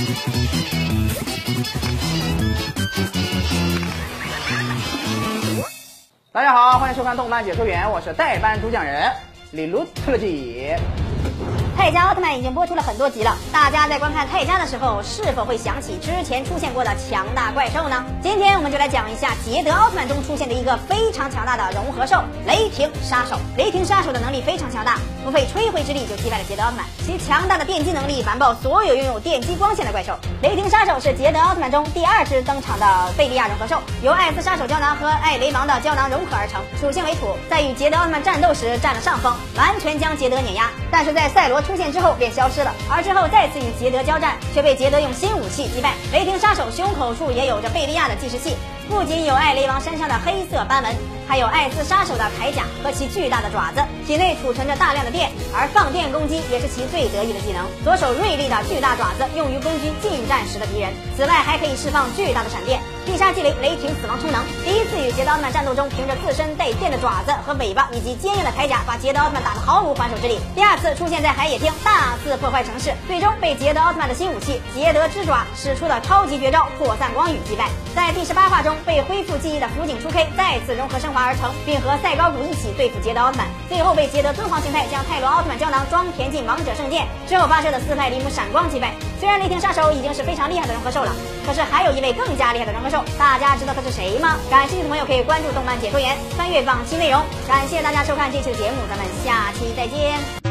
大家好，欢迎收看动漫解说员，我是代班主讲人李鲁特基。 泰迦奥特曼已经播出了很多集了，大家在观看泰迦的时候，是否会想起之前出现过的强大怪兽呢？今天我们就来讲一下捷德奥特曼中出现的一个非常强大的融合兽——雷霆杀手。雷霆杀手的能力非常强大，不费吹灰之力就击败了捷德奥特曼，其强大的电击能力完爆所有拥有电击光线的怪兽。雷霆杀手是捷德奥特曼中第2只登场的贝利亚融合兽，由艾斯杀手胶囊和艾雷王的胶囊融合而成，属性为土，在与捷德奥特曼战斗时占了上风，完全将捷德碾压。但是在赛罗出现之后便消失了，而之后再次与捷德交战，却被捷德用新武器击败。雷霆杀手胸口处也有着贝利亚的计时器，不仅有艾雷王身上的黑色斑纹，还有艾斯杀手的铠甲和其巨大的爪子，体内储存着大量的电，而放电攻击也是其最得意的技能。左手锐利的巨大爪子用于攻击近战时的敌人，此外还可以释放巨大的闪电。必杀技雷霆死亡充能，第一次与捷德奥特曼战斗中，凭着自身带电的爪子和尾巴以及坚硬的铠甲，把捷德奥特曼打得毫无还手之力。第2次出现在海野厅，大肆破坏城市，最终被捷德奥特曼的新武器捷德之爪使出的超级绝招扩散光雨击败。在第18话中，被恢复记忆的辅警初 K 再次融合升华而成，并和赛高谷一起对付捷德奥特曼，最后被捷德敦煌形态将泰罗奥特曼胶囊装填进王者圣剑之后发射的斯派里姆闪光击败。虽然雷霆杀手已经是非常厉害的融合兽了，可是还有一位更加厉害的融合兽，大家知道他是谁吗？感兴趣的朋友可以关注动漫解说员，翻阅往期内容。感谢大家收看这期的节目，咱们下期再见。